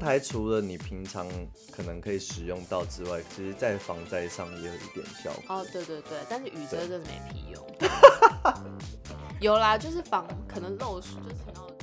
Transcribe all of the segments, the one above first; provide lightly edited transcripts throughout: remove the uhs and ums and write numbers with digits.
台除了你平常可能可以使用到之外，其实在防灾上也有一点效果。 哦，对对对，但是雨遮真的没屁用。有啦，就是防可能漏水，就是然后。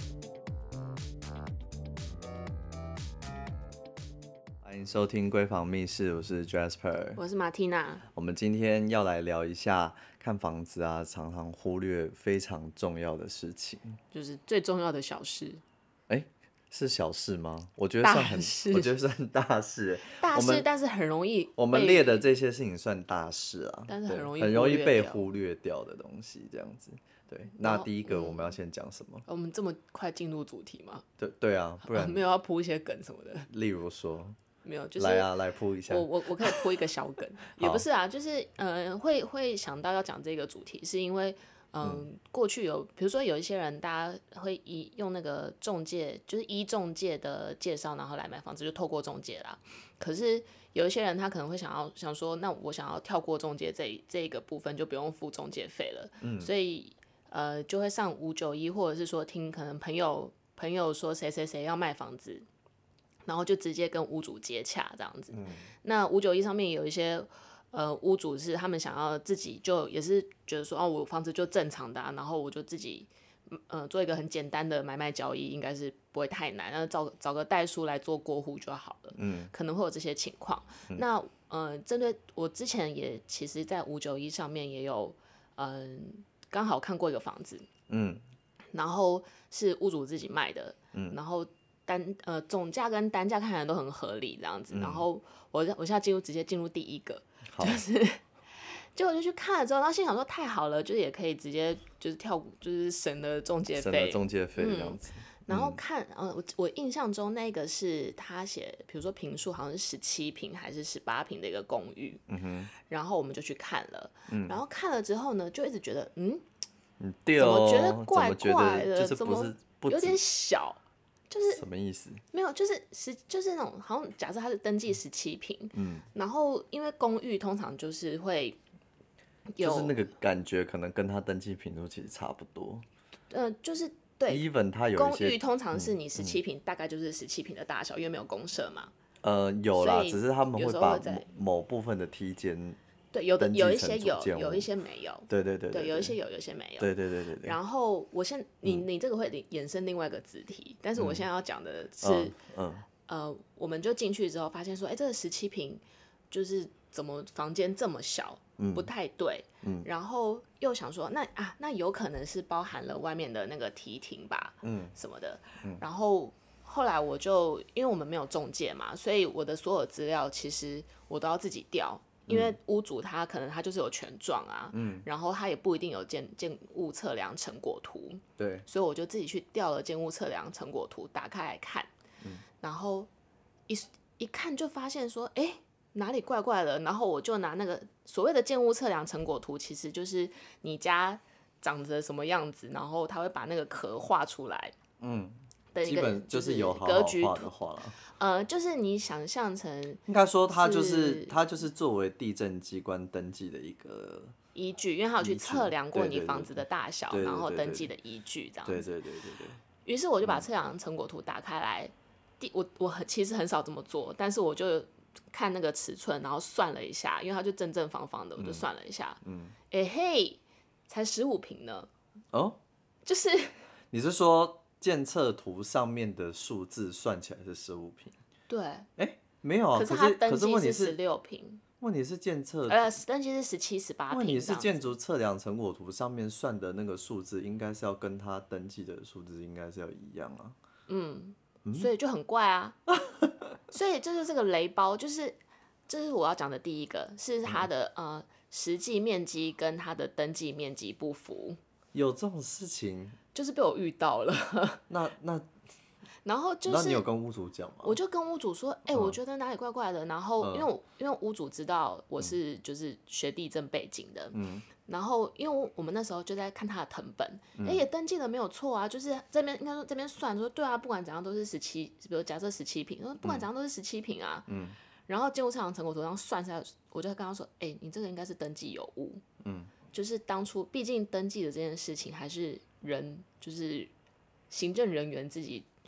欢迎收听闺房密室，我是 Jasper， 我是马蒂娜。 我们今天要来聊一下看房子啊，常常忽略非常重要的事情， 就是最重要的小事。 是小事吗？我觉得大算很， 事我觉得算大事。 大事，但是很容易我们列的这些事情算大事啊， 但是很容易很容易被忽略掉的东西，这样子。对，那第一个我们要先讲什么？ 我们这么快进入主题吗？ 对啊，不然没有要铺一些梗什么的。 例如说， 没有，就是来啊，来铺一下。 我可以铺一个小梗，也不是啊，就是会想到要讲这个主题，是因为过去比如说有一些人，大家会用那个中介，就是中介的介绍，然后来买房子，就透过中介啦。可是有一些人他可能会想说，那我想要跳过中介这一个部分，就不用付中介费了。所以就会上591，或者是说听可能朋友说谁谁谁要卖房子，然后就直接跟屋主接洽这样子。那591上面有一些屋主是他们想要自己就也是觉得说，哦，我房子就正常的然后我就自己做一个很简单的买卖交易，应该是不会太难，然后找个代书来做过户就好了。可能会有这些情况。那针对我之前也其实在591上面也有刚好看过一个房子，然后是屋主自己卖的，然后总价跟单价看起来都很合理这样子，然后我现在直接进入第一个，就是结果就去看了之后，然后心想说太好了，就是也可以直接就是就是省了中介费， 这样子。 然后看，我印象中那个是他写，比如说坪数好像是17坪还是18坪的一个公寓，然后我们就去看了，然后看了之后呢，就一直觉得，怎么觉得怪怪的，怎么有点小，就是什么意思？ 没有，就是那种好像假设他是登记17坪，然后因为公寓通常就是会就是那个感觉可能跟他登记坪数其实差不多， 就是对 ，even 他有一些公寓通常是你17坪，大概就是17坪的大小，因为没有公设嘛。 有啦， 所以只是他们有时候把会在某部分的梯间， 对，有一些有一些没有， 对， 有一些有一些没有， 对。 然后你这个会衍生另外一个子题，但是我现在要讲的是，我们就进去之后发现说，这个17坪就是怎么房间这么小，不太对，然后又想说，那有可能是包含了外面的那个梯厅吧，什么的，然后后来我就因为我们没有中介嘛，所以我的所有资料其实我都要自己调。因为屋主他可能他就是有权状啊，然后他也不一定有建物测量成果图， 对， 所以我就自己去调了建物测量成果图，打开来看，然后一看就发现说，哪里怪怪的，然后我就拿那个所谓的建物测量成果图，其实就是你家长着什么样子，然后他会把那个壳画出来， 基本就是有好格局画的画了。 就是你想象成应该说它就是作为地政机关登记的一个依据，因为他有去测量过你房子的大小，然后登记的依据这样子。 对。 于是我就把测量成果图打开来，我其实很少这么做，但是我就看那个尺寸，然后算了一下，因为它就正方方的，我就算了一下，才15坪呢。就是你是说建测图上面的数字算起来是15坪？ 对， 没有啊。 可是它登记是 16坪。 问题是建测， 登记是17、18坪。 问题是建筑测量成果图上面算的那个数字，应该是要跟他登记的数字应该是要一样啊。 所以就很怪啊。所以这就是个雷包，这是我要讲的第一个，是它的实际面积跟它的登记面积不符。 有这种事情？ 就是被我遇到了。然后就是， 那你有跟屋主讲吗？ 我就跟屋主说，我觉得哪里怪怪的。然后因为屋主知道我是就是学地政背景的，然后因为我们那时候就在看他的誊本，也登记的没有错啊，就是这边应该说这边算说对啊，不管怎样都是17，比如假设17坪，不管怎样都是17坪啊。然后建物测量成果图上算下来，我就跟他说，你这个应该是登记有误，就是当初毕竟登记的这件事情还是人就是行政人员自己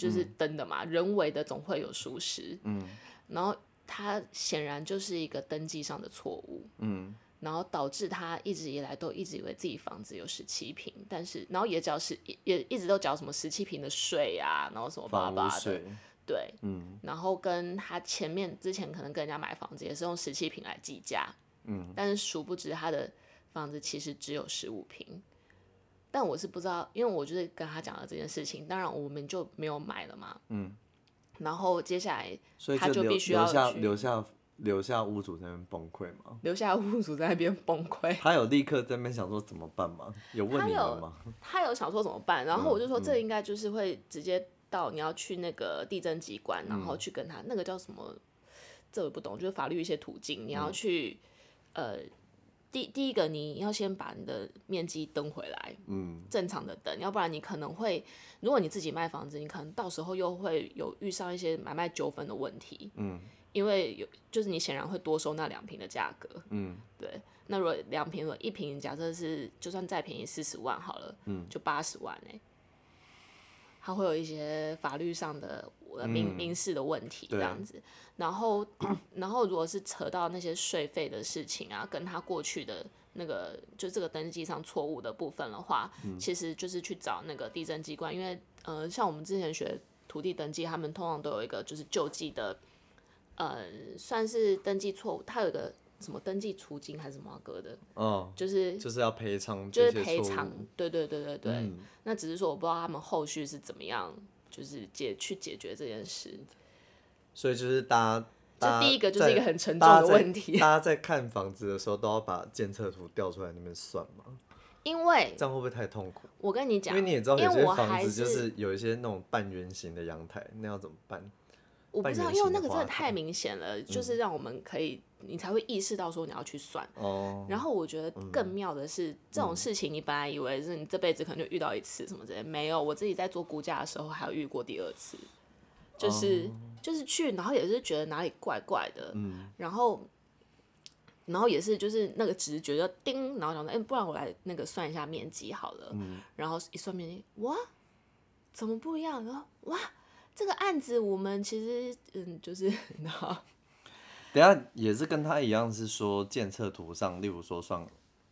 就是登的嘛，人为的总会有疏失，然后他显然就是一个登记上的错误，然后导致他一直以来都一直以为自己房子有17坪，但是然后也一直都缴什么17坪的税啊，然后什么巴拉巴拉的，对，然后跟他之前可能跟人家买房子也是用17坪来计价，但是殊不知他的房子其实只有15坪，但我是不知道，因为我就是跟他讲了这件事情，当然我们就没有买了嘛，然后接下来他就必须要留下屋主在那边崩溃吗？ 留下屋主在那边崩溃。 他有立刻在那边想说怎么办吗？有问你们吗？ 他有想说怎么办，然后我就说这应该就是会直接到你要去那个地政机关，然后去跟他那个叫什么，这我不懂，就是法律一些途径，你要去第一个你要先把你的面积登回来，正常的登，要不然你可能会，如果你自己卖房子，你可能到时候又会有遇上一些买卖纠纷的问题，因为就是你显然会多收那2坪的价格，对，那如果2坪，1坪假设是就算再便宜40万好了，就80万它会有一些法律上的民事的问题这样子，然后如果是扯到那些税费的事情啊，跟他过去的那个就这个登记上错误的部分的话，其实就是去找那个地政机关，因为像我们之前学土地登记，他们通常都有一个就是救济的，算是登记错误，它有一个什么登记储金还是什么歌的，就是要赔偿， 就是赔偿，对，那只是说我不知道他们后续是怎么样，就是去解决这件事。 所以就是大家第一个就是一个很沉重的问题。 大家在看房子的时候都要把监测图调出来那边算吗？ 因为这样会不会太痛苦？ 我跟你讲， 因为你也知道有些房子就是有一些那种半圆形的阳台，那要怎么办？ 我不知道，因为那个真的太明显了，就是让我们可以，你才会意识到说你要去算。然后我觉得更妙的是，这种事情你本来以为是你这辈子可能就遇到一次什么之类，没有，我自己在做估价的时候还有遇过第2次，就是去，然后也是觉得哪里怪怪的，然后也是就是那个直觉就叮，然后想说，不然我来那个算一下面积好了，然后一算面积，哇，怎么不一样？然后哇。这个案子我们其实就是等一下也是跟他一样，是说监测图上，例如说算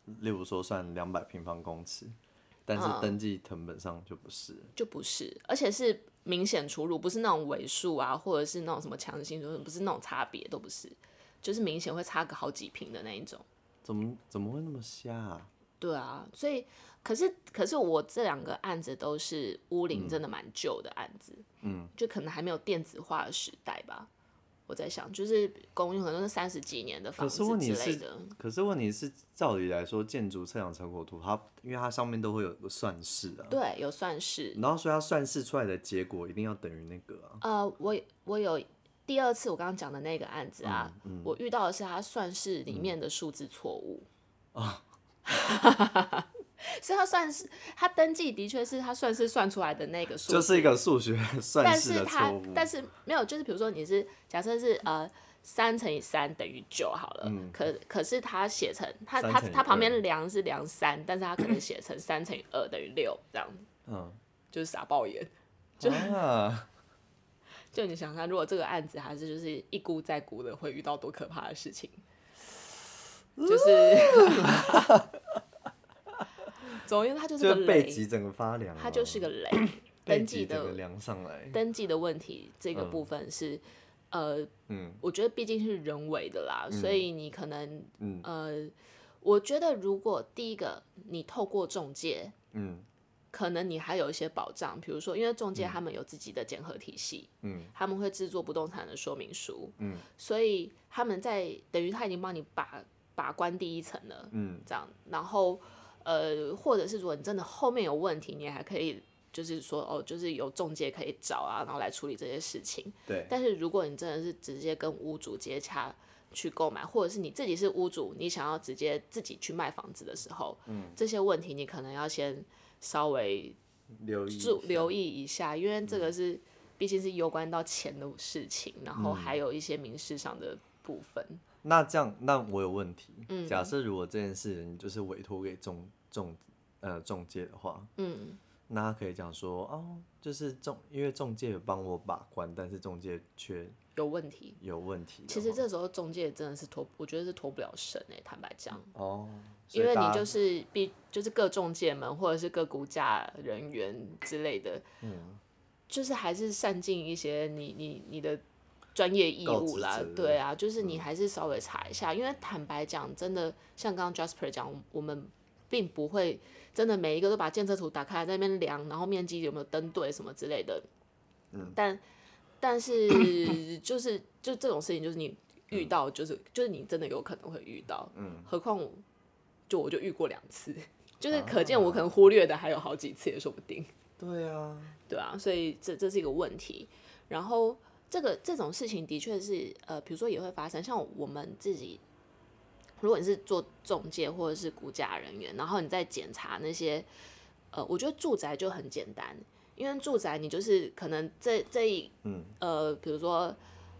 200平方公尺，但是登记成本上就不是， 而且是明显出入，不是那种尾数啊，或者是那种什么强行，不是那种差别，都不是，就是明显会差个好几平的那一种。 怎么会那么瞎啊？ 对啊，所以可是我这2个案子都是屋龄真的蛮旧的案子，就可能还没有电子化的时代吧。我在想，就是公寓可能是30几年的房子之类的。 可是问题是，照理来说，建筑测量成果图因为它上面都会有个算式啊。 对，有算式。 然后所以它算式出来的结果一定要等于那个啊。 我有第2次我刚刚讲的那个案子啊，我遇到的是它算式里面的数字错误。所以他登记的确是他算是算出来的那个数字， 就是一个数学算式的错误。 但是没有，就是比如说你是假设是3乘以3等于9好了，可是他写成他旁边量是量3，但是他可能写成3乘以2等于6这样子，就是傻爆眼。就你想看，如果这个案子还是就是一估再估的，会遇到多可怕的事情。就是总而言之，它就是个雷， 背脊整个发凉， 它就是个雷。 登记的凉上来， 登记的问题这个部分是，我觉得毕竟是人为的啦，所以你可能，我觉得如果第一个你透过仲介，可能你还有一些保障，比如说，因为仲介他们有自己的检核体系，他们会制作不动产的说明书，所以他们等于他已经帮你把关第一层了，这样，然后或者是如果你真的后面有问题，你还可以就是说就是有仲介可以找啊，然后来处理这些事情。 对。 但是如果你真的是直接跟屋主接洽去购买，或者是你自己是屋主，你想要直接自己去卖房子的时候，这些问题你可能要先稍微留意一下，因为这个是毕竟是攸关到钱的事情，然后还有一些民事上的部分。 那这样，那我有问题。假设如果这件事你就是委托给仲介的话， 那他可以讲说，哦，就是因为中介有帮我把关，但是中介却有问题。 其实这时候中介真的是我觉得是脱不了身坦白讲。 哦， 因为你就是各中介们或者是各估价人员之类的，就是还是善尽一些你的专业义务啦，对啊，就是你还是稍微查一下，因为坦白讲，真的像刚刚 Jasper 讲，我们并不会真的每一个都把建设图打开来在那边量，然后面积有没有登对什么之类的，但是就这种事情，就是你遇到，就是你真的有可能会遇到，何况我就遇过2次，就是可见我可能忽略的还有好几次也说不定。 对啊， 对啊，所以这是一个问题。然后这种事情的确是比如说也会发生，像我们自己，如果你是做中介或者是估价人员，然后你在检查那些我觉得住宅就很简单，因为住宅你就是可能比如说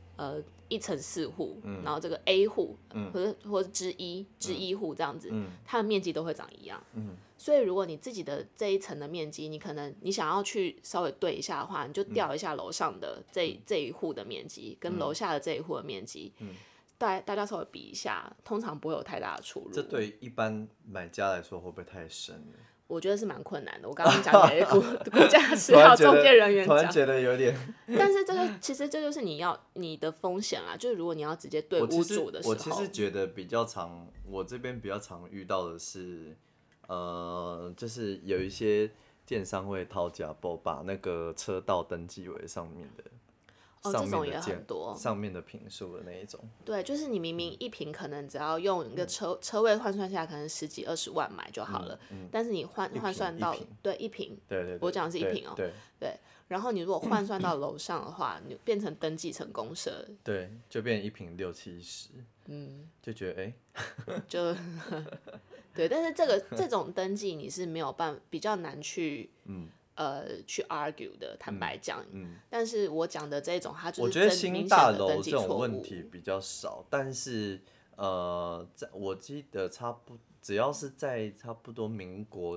1层4户，然后这个 A 户，或者之一户这样子，它的面积都会长一样。所以如果你自己的这一层的面积，你想要去稍微对一下的话，你就调一下楼上的这一户的面积，跟楼下的这一户的面积，大家稍微比一下，通常不会有太大的出入。 这对一般买家来说会不会太深了？ 我觉得是蛮困难的。我刚刚讲给估价师还有中介人员讲， 突然觉得有点。 但是其实这就是你的风险啦，就是如果你要直接对屋主的时候， 我其实觉得我这边比较常遇到的是，就是有一些电商会掏假包，把那个车道登记为上面的。 这种也很多， 上面的坪数的那一种。 对，就是你明明一坪可能只要用一个车位换算下来，可能10几20万买就好了，但是你换算到一坪， 对， 我讲的是一坪对，然后你如果换算到楼上的话，你变成登记成公社， 对，就变成一坪60、70，就觉得就对，但是这种登记你是没有比较难去去 argue 的，坦白讲，但是我讲的这种，它就是我觉得新大楼这种问题比较少，但是我记得只要是在差不多民国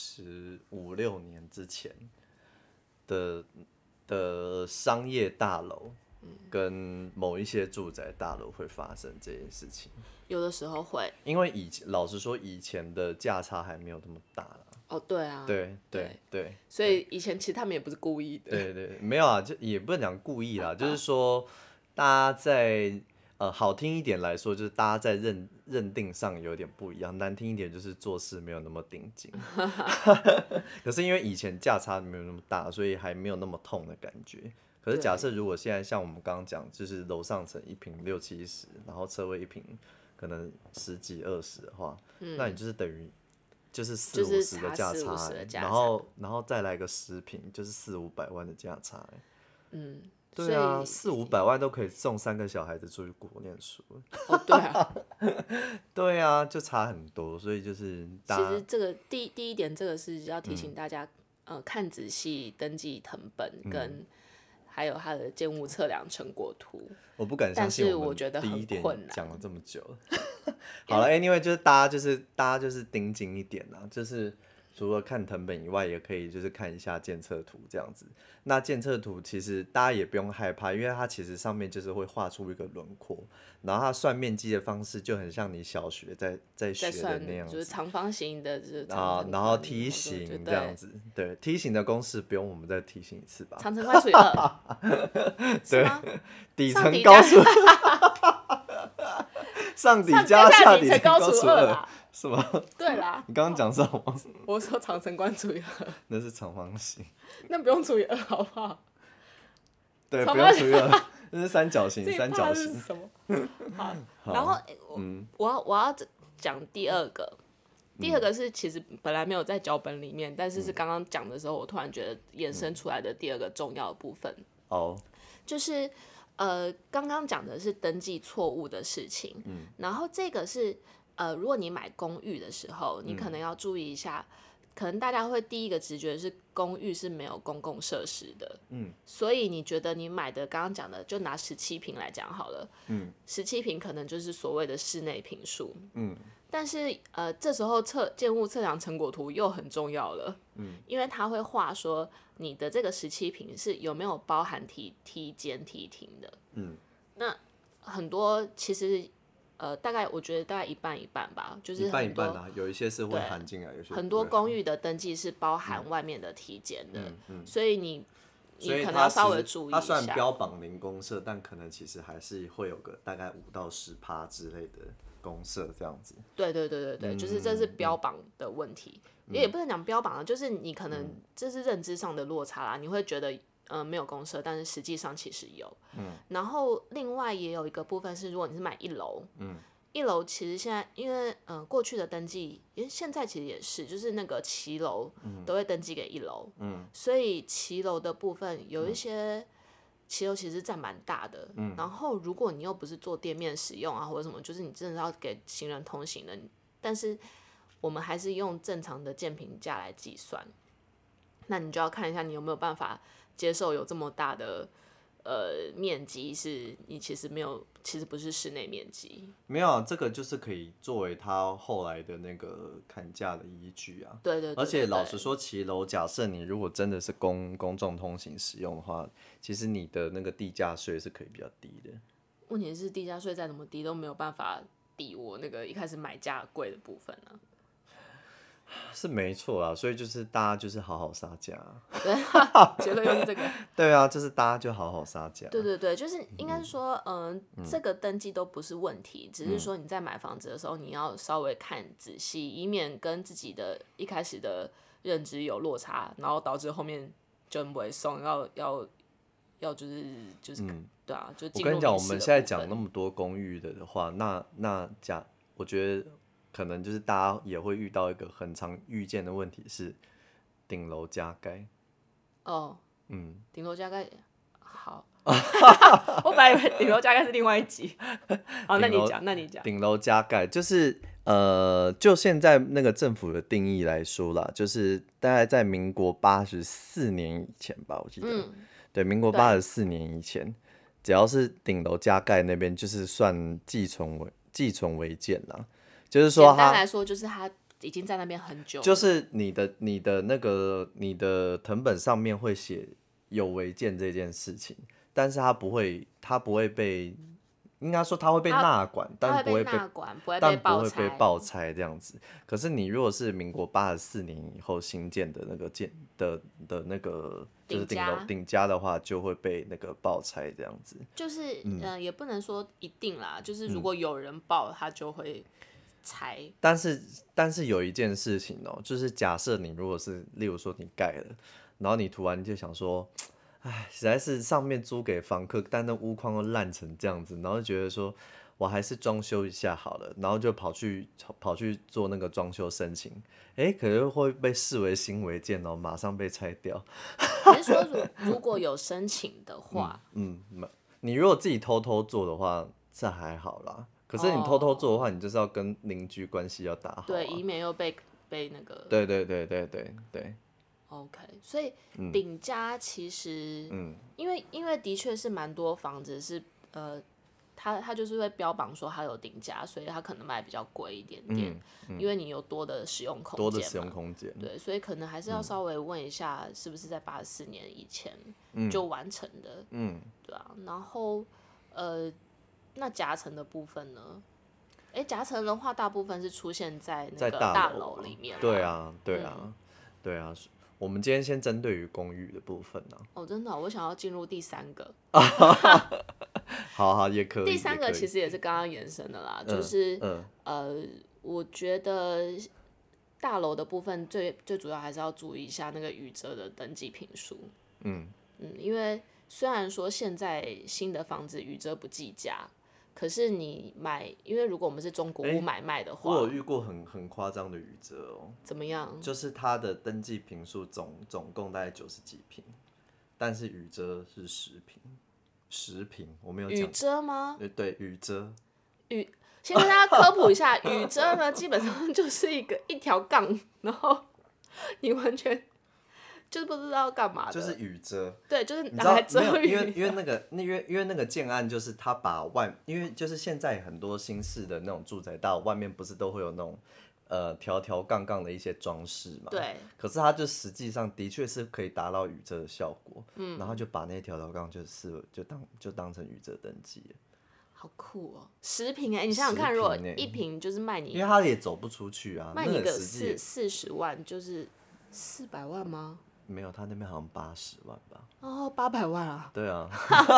95、6年之前的商业大楼，跟某一些住宅大楼会发生这件事情。 有的时候会， 因为老实说，以前的价差还没有那么大啦。 对啊， 对， 所以以前其实他们也不是故意的。 对，没有啊，就也不能讲故意啦，就是说大家在好听一点来说，就是大家在认定上有点不一样；难听一点就是做事没有那么顶紧。可是因为以前价差没有那么大，所以还没有那么痛的感觉。可是假设如果现在像我们刚刚讲，就是楼上层一坪60、70，然后车位一坪可能10几20的话，那你就是等于就是40、50的价差，然后再来个10坪，就是400、500万的价差。对啊，400、500万都可以送3个小孩子出去国念书。 对啊， 对啊，就差很多，所以就是其实这个第一点，这个是要提醒大家，看仔细登记誊本跟还有它的建物测量成果图。 我不敢相信， 但是我觉得第一点很讲了这么久了。好了 ，anyway， 就是大家就是盯紧一点啦，就是除了看誊本以外，也可以就是看一下检测图这样子。那检测图其实大家也不用害怕，因为它其实上面就是会画出一个轮廓，然后它算面积的方式就很像你小学在学的那样子， 就是长方形的， 然后梯形这样子。对，梯形的公式不用我们再提醒一次吧？ 长乘宽除以2，是吗？ 底层高除上底加下底乘高除2，什么？ 对啦， 你刚刚讲什么？ 我说长乘宽除以2， 那是长方形。 那不用除以2好不好？ 对，不用除以2，那是三角形。三角形是什么？好，然后我要讲第二个。第二个是其实本来没有在脚本里面，但是刚刚讲的时候，我突然觉得衍生出来的第二个重要的部分，就是刚刚讲的是登记错误的事情，然后这个是如果你买公寓的时候，你可能要注意一下，可能大家会第一个直觉是公寓是没有公共设施的，所以你觉得你买的刚刚讲的，就拿17坪来讲好了，17坪可能就是所谓的室内坪数， 但是这时候建物测量成果图又很重要了，因为它会画说你的这个17坪是有没有包含梯间梯厅的，那很多其实大概我觉得大概一半一半吧，就是一半一半啊，有一些是会含进来，有些很多公寓的登记是包含外面的梯间的，所以你可能要稍微注意一下。 它虽然标榜零公设，但可能其实还是会有个大概5到10%之类的公设这样子。 对，就是这是标榜的问题，也不能讲标榜啊，就是你可能这是认知上的落差啦，你会觉得没有公设，但是实际上其实有。然后另外也有一个部分是，如果你是买1楼，1楼其实现在因为过去的登记，因为现在其实也是，就是那个骑楼都会登记给1楼，所以骑楼的部分有一些骑楼其实占蛮大的。然后如果你又不是做店面使用啊或者什么，就是你真的要给行人通行的，但是我们还是用正常的建坪价来计算，那你就要看一下你有没有办法接受有这么大的面积是你其实不是室内面积。 没有啊，这个就是可以作为他后来的那个砍价的依据啊。 对， 而且老实说，骑楼假设你如果真的是公众通行使用的话，其实你的那个地价税是可以比较低的。 问题是地价税再怎么低都没有办法抵我那个一开始买价贵的部分啊。 是没错啊，所以就是大家就是好好杀价， 对，结论又是这个。 对啊，就是大家就好好杀价。 对，就是应该说，这个登记都不是问题，只是说你在买房子的时候，你要稍微看仔细，以免跟自己的一开始的认知有落差，然后导致后面就不会送，要就是、对啊，就进入迷失的部分。 我跟你讲，我们现在讲那么多公寓的话，那我觉得可能就是大家也会遇到一个很常遇见的问题是顶楼加盖。顶楼加盖好，我本来以为顶楼加盖是另外一集。好，那你讲。 顶楼加盖就是就现在那个政府的定义来说啦，就是大概在民国84年以前吧，我记得。对，民国84年以前，只要是顶楼加盖那边，就是算寄存违建啦。就是说， 简单来说，就是他已经在那边很久了。 就是你的那个你的誊本上面会写有违建这件事情，但是它不会被，应该说它会被纳管，但不会被爆拆这样子。可是你如果是民国84年以后新建的那个的那个就是顶加的话，就会被那个爆拆这样子。 就是也不能说一定啦，就是如果有人爆，他就会拆。 但是有一件事情就是假设你如果是例如说你盖了，然后你突然就想说，哎，实在是上面租给房客，但那屋况又烂成这样子，然后就觉得说我还是装修一下好了，然后就跑去做那个装修申请，可是会被视为新违建马上被拆掉。 你是说如果有申请的话， 你如果自己偷偷做的话，这还好啦。可是你偷偷做的话，你就是要跟邻居关系要打好， 对，以免又被那个。 对。 OK， 所以顶加其实，因为的确是蛮多房子是它就是会标榜说它有顶加，所以它可能卖比较贵一点点，因为你有多的使用空间，对，所以可能还是要稍微问一下，是不是在84年以前就完成的，对啊，然后那夹层的部分呢？夹层的话，大部分是出现在那个大楼里面。 对啊。我们今天先针对于公寓的部分真的我想要进入第3个。 好，也可以。 第3个其实也是刚刚延伸的啦，就是我觉得大楼的部分最主要还是要注意一下那个雨遮的登记坪数。因为虽然说现在新的房子雨遮不计价，可是你买，因为如果我们是中古屋买卖的话， 我有遇过很夸张的雨遮怎么样？ 就是它的登记坪数总共大概90几坪，但是雨遮是10坪，我没有讲雨遮吗？ 对，雨遮。 先跟大家科普一下，雨遮呢基本上就是一条杠，然后你完全就是不知道干嘛的， 就是雨遮。 对，就是你知道拿来遮雨。 因为那个建案就是他把因为就是现在很多新式的那种住宅大楼外面不是都会有那种条条杠杠的一些装饰嘛？ 对。 可是它就实际上的确是可以达到雨遮的效果，然后就把那些条条杠就当成雨遮登记了。 好酷哦！10坪你想想看，如果1坪就是卖你， 因为他也走不出去啊， 卖你个40万，就是400万吗？ 没有，他那边好像80万吧。 哦，800万啊！ 对啊。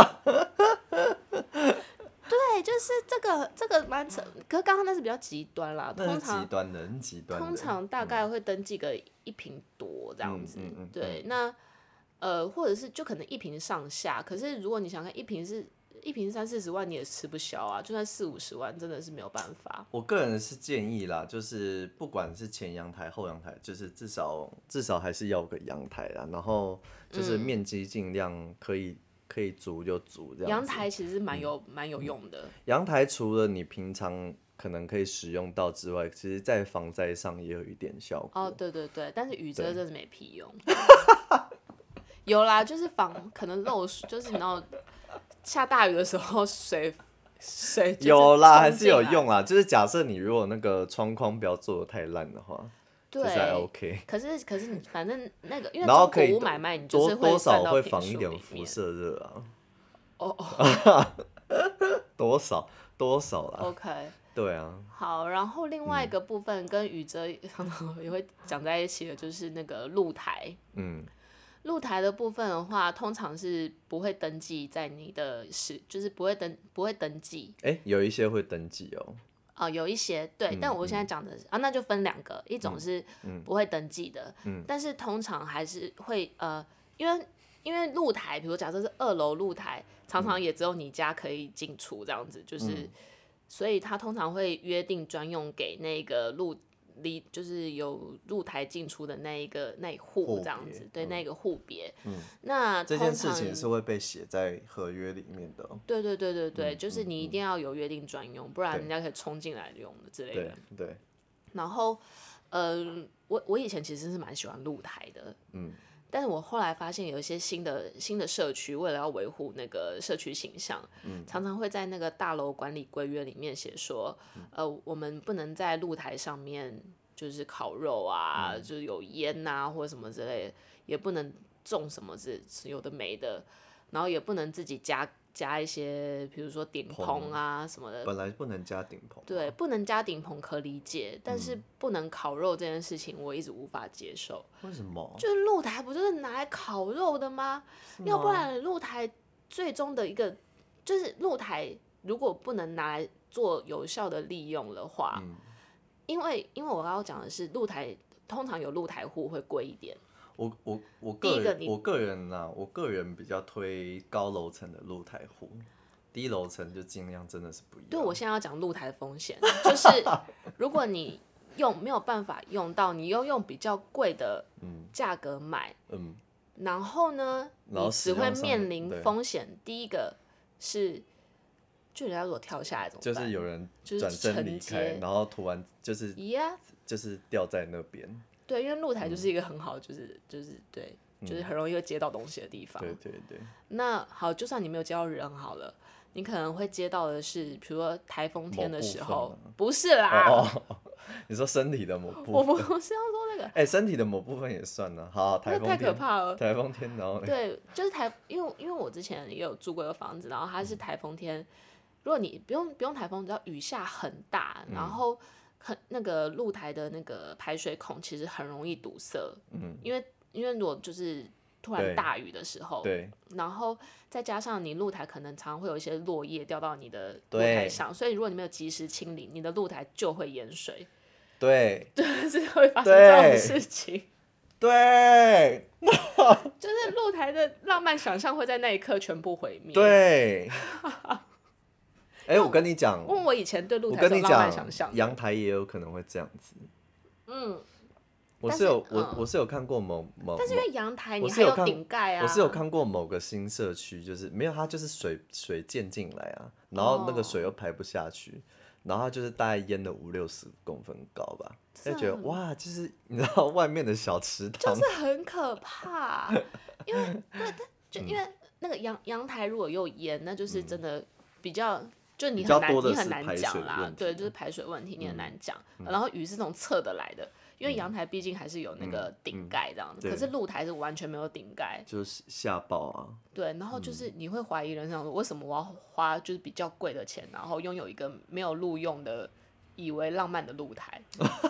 对，就是这个蛮扯，可是刚刚那是比较极端啦， 那是极端的，很极端的。 通常大概会登记个1坪多这样子，对，那或者是就可能1坪上下，可是如果你想看1坪是30-40万，你也吃不消啊，就算40-50万，真的是没有办法。 我个人是建议啦，就是不管是前阳台后阳台，就是至少还是要个阳台啦，然后就是面积尽量可以足就足这样子。 阳台其实是蛮有用的。 阳台除了你平常可能可以使用到之外，其实在防灾上也有一点效果。 哦，对对对，但是雨遮真是没屁用。有啦，就是可能漏水，就是你知道下大雨的时候水有啦，还是有用啦。就是假设你如果那个窗框不要做的太烂的话。 对， 还 OK。 可是你反正那个，因为中古屋买卖，你就是多少会防一点辐射热啊。 哦。 多少啦。 OK。 对啊。 好，然后另外一个部分跟雨遮常常也会讲在一起的，就是那个露台。露台的部分的话，通常是不会登记在你的就是不会登记。 有一些会登记哦。 有一些对，但我现在讲的那就分2个，一种是不会登记的，但是通常还是会因为露台，比如假设是2楼露台，常常也只有你家可以进出这样子，就是所以他通常会约定专用给那个就是有露台进出的那一户这样子，对，那个户别。那这件事情是会被写在合约里面的。 对对对对对，就是你一定要有约定专用，不然人家可以冲进来用的之类的。 对。 然后我以前其实是蛮喜欢露台的，但是我后来发现有一些新的社区，为了要维护那个社区形象，常常会在那个大楼管理规约里面写说，我们不能在露台上面就是烤肉啊，就是有烟啊或者什么之类的，也不能种什么有的没的，然后也不能自己加一些，比如说顶棚啊什么的。 本来不能加顶棚。 对，不能加顶棚可理解，但是不能烤肉这件事情，我一直无法接受。 为什么？ 就是露台不就是拿来烤肉的吗？要不然露台最终的一个就是露台，如果不能拿来做有效的利用的话，因为我刚刚讲的是露台，通常有露台户会贵一点。 我个人比较推高楼层的露台户，低楼层就尽量真的是不要。 对，我现在要讲露台风险，就是如果你没有办法用到，你又用比较贵的价格买，然后呢，你只会面临风险。第一个是，就人家如果跳下来怎么办？ 就是有人转身离开，然后突然就是掉在那边。 对，因为露台就是一个很好，就是对，就是很容易会接到东西的地方。 对对对。 那好，就算你没有接到人好了，你可能会接到的是，比如说台风天的时候，不是啦。 你说身体的某部分？ 我不是要说那个。 身体的某部分也算呢。好，台风天太可怕了。 台风天，然后对，就是因为我之前也有住过一个房子，然后它是台风天，如果你不用台风，只要雨下很大，然后那个露台的那个排水孔其实很容易堵塞，因为如果就是突然大雨的时候， 对， 然后再加上你露台可能常会有一些落叶掉到你的露台上，所以如果你没有及时清理，你的露台就会淹水。 对， 是会发生这种事情。 对， 就是露台的浪漫想象会在那一刻全部毁灭。 对。我跟你讲， 问我以前对露台的浪漫想象， 阳台也有可能会这样子。我是有看过某， 但是因为阳台你还有顶盖啊。 我是有看过某个新社区，就是没有，它就是水溅进来啊，然后那个水又排不下去， 然后它就是大概淹了50-60公分高吧，就觉得哇，就是你知道外面的小池塘， 就是很可怕，因为因为那个阳台如果又淹，那就是真的比较。就比较多你的是很难讲排水问，题啦对，就是排水问题，你很难讲。然后雨是从侧的来的，因为阳台毕竟还是有那个顶盖这样子，可是露台是完全没有顶盖， 就是吓爆啊。 对，然后就是你会怀疑人生说，为什么我要花就是比较贵的钱，然后拥有一个没有路用的，以为浪漫的露台，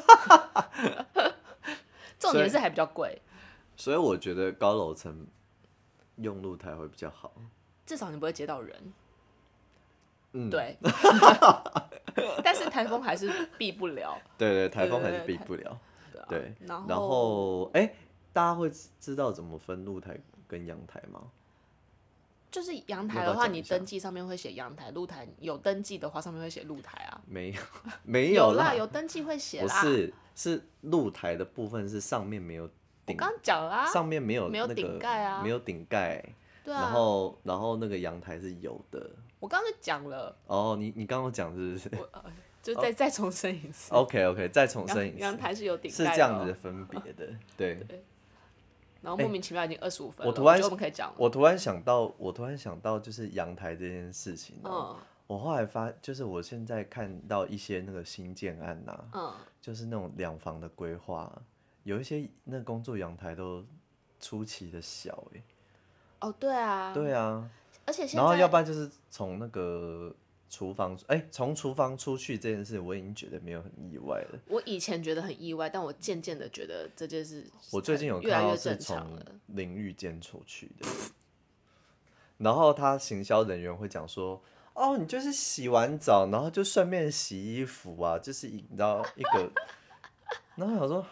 重点是还比较贵。 所以我觉得高楼层用露台会比较好， 至少你不会接到人。 嗯， 对，但是台风还是避不了。 对，台风还是避不了。对， 然后大家会知道怎么分露台跟阳台吗？ 就是阳台的话，你登记上面会写阳台，露台有登记的话，上面会写露台啊。 没有啦， 有登记会写啦。 不是，是露台的部分是上面没有顶， 我刚讲啦， 上面没有顶盖啊， 没有顶盖。 对啊。 然后那个阳台是有的。 我刚刚就讲了。 哦，你刚刚讲是不是？ 就再重申一次。 OK， 再重申一次。 阳台是有顶盖的， 是这样子的分别的，对。 然后莫名其妙已经25分了， 我觉得我们可以讲。 我突然想到，就是阳台这件事情。我后来就是我现在看到一些那个新建案就是那种2房的规划，有一些那个工作阳台都出奇的小哦，对啊。 对啊。 而且现在， 然后要不然就是从那个厨房，从厨房出去这件事，我已经觉得没有很意外了。 我以前觉得很意外，但我渐渐的觉得这件事， 我最近有看到是从淋浴间出去的，然后他行销人员会讲说，哦，你就是洗完澡，然后就顺便洗衣服啊，就是你知道一个，然后我想说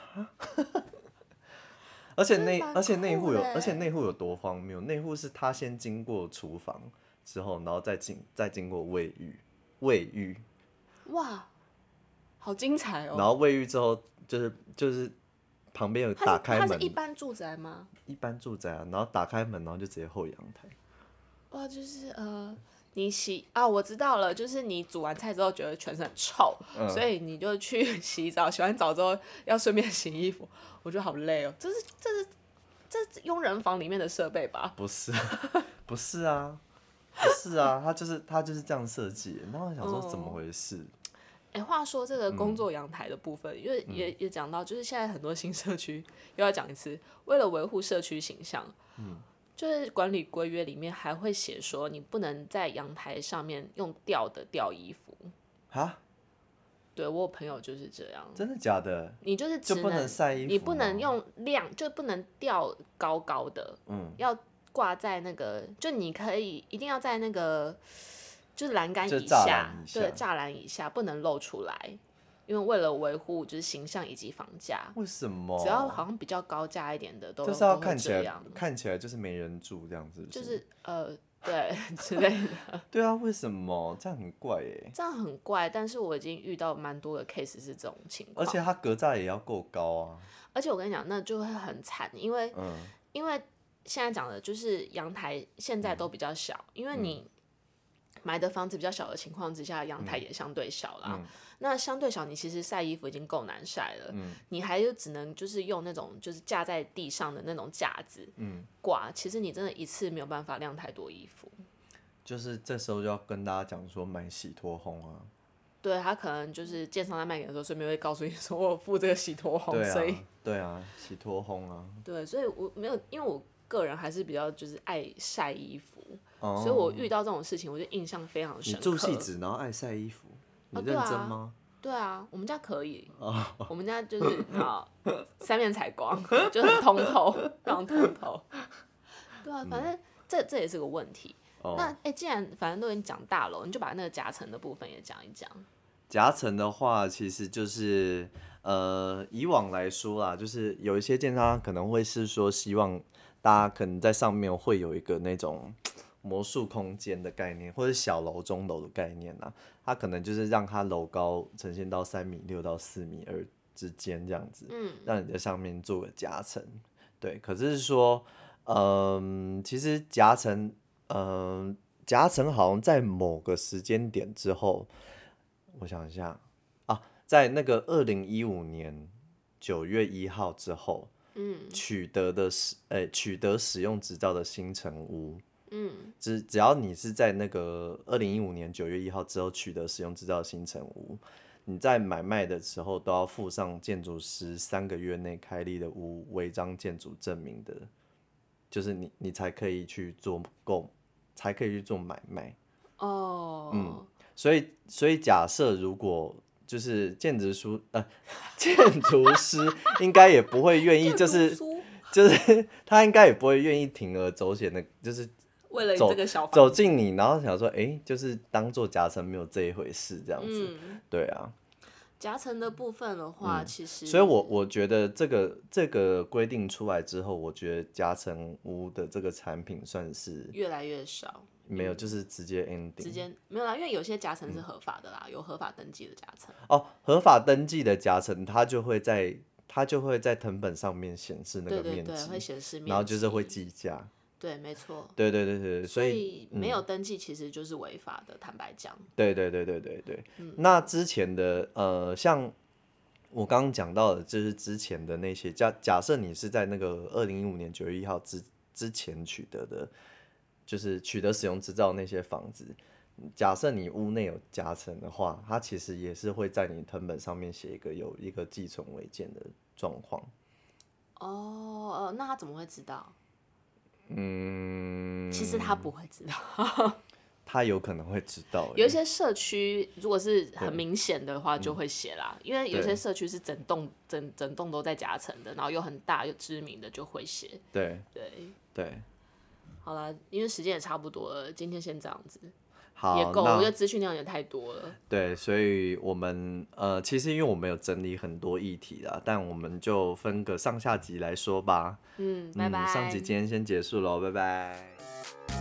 而且内户有多荒谬？内户是他先经过厨房之后，然后再经过卫浴。 哇，好精彩哦！ 然后卫浴之后就是旁边有打开门。 它是一般住宅吗？ 一般住宅啊，然后打开门，然后就直接后阳台。 哇，就是你我知道了，就是你煮完菜之后觉得全身很臭，所以你就去洗澡，洗完澡之后要顺便洗衣服，我觉得好累哦。这是佣人房里面的设备吧？ 不是，不是啊，他就是这样设计。然后想说怎么回事？ 话说这个工作阳台的部分，因为也讲到，就是现在很多新社区又要讲一次，为了维护社区形象，就是管理规约里面还会写说，你不能在阳台上面用吊衣服。 哈？ 对，我有朋友就是这样。 真的假的？ 你就是就不能晒衣服吗？ 你不能用就不能吊高高的，要挂在那个，就你可以一定要在那个就是栏杆以下，对，栅栏以下不能露出来。因为为了维护就是形象以及房价， 为什么？ 只要好像比较高价一点的都就是要看起来就是没人住这样子， 就是对之类的。 对啊，为什么这样很怪耶？ 这样很怪，但是我已经遇到蛮多的 case 是这种情况， 而且它格栅也要够高啊。 而且我跟你讲，那就会很惨，因为现在讲的就是阳台现在都比较小，因为你买的房子比较小的情况之下，阳台也相对小啦。那相对小，你其实晒衣服已经够难晒了，你还就只能就是用那种就是架在地上的那种架子，挂。其实你真的一次没有办法晾太多衣服。 就是这时候就要跟大家讲说买洗脱烘啊。 对，他可能就是建商在卖给的时候，顺便会告诉你说我有付这个洗脱烘，所以对啊，洗脱烘啊。 对，所以我没有，因为我个人还是比较就是爱晒衣服，所以我遇到这种事情，我就印象非常深刻。 你住汐止，然后爱晒衣服，你认真吗？ 对啊，我们家可以，我们家就是3面采光，就很通透，非常通透。对啊，反正这也是个问题。那既然反正都已经讲大楼，你就把那个夹层的部分也讲一讲。 夹层的话，其实就是以往来说啦，就是有一些建商可能会是说希望大家可能在上面会有一个那种魔术空间的概念，或者小楼中楼的概念啊，它可能就是让它楼高呈现到3.6米到4.2米之间这样子，让你在上面做个夹层。对，可是说，其实夹层好像在某个时间点之后， 我想一下啊，在那个2015年9月1号之后，取得使用执照的新成屋，只要你是在那个2015年9月1号之后取得使用执照的新成屋，你在买卖的时候都要附上建筑师3个月内开立的屋违章建筑证明的，就是你才可以去做才可以去做买卖。 哦， 所以假设如果就是建筑师应该也不会愿意，就是他应该也不会愿意铤而走险的，就是为了你这个小房子走进你，然后想说，就是当做夹层没有这一回事这样子，对啊。 夹层的部分的话，其实， 所以我觉得这个规定出来之后，我觉得夹层屋的这个产品算是越来越少。 没有，就是直接 ending， 直接没有啦，因为有些夹层是合法的啦，有合法登记的夹层。 合法登记的夹层，它就会在誊本上面显示那个面积， 对，会显示面积， 然后就是会计价。 对，没错。 对， 所以没有登记其实就是违法的，坦白讲。 对。那之前的像我刚刚讲到的，就是之前的那些假设你是在那个2015年9月1号之前取得的，就是取得使用执照的那些房子，假设你屋内有夹层的话，它其实也是会在你誊本上面写有一个寄存违建的状况。 那他怎么会知道？其实他不会知道。 他有可能会知道， 有一些社区如果是很明显的话就会写啦，因为有些社区是整栋都在夹层的，然后又很大又知名的就会写。 对。 好啦，因为时间也差不多了，今天先这样子。 好， 也够，我觉得资讯量也太多了。 对，所以我们其实因为我们有整理很多议题啦，但我们就分个上下集来说吧。 拜拜。 上集今天先结束咯，拜拜。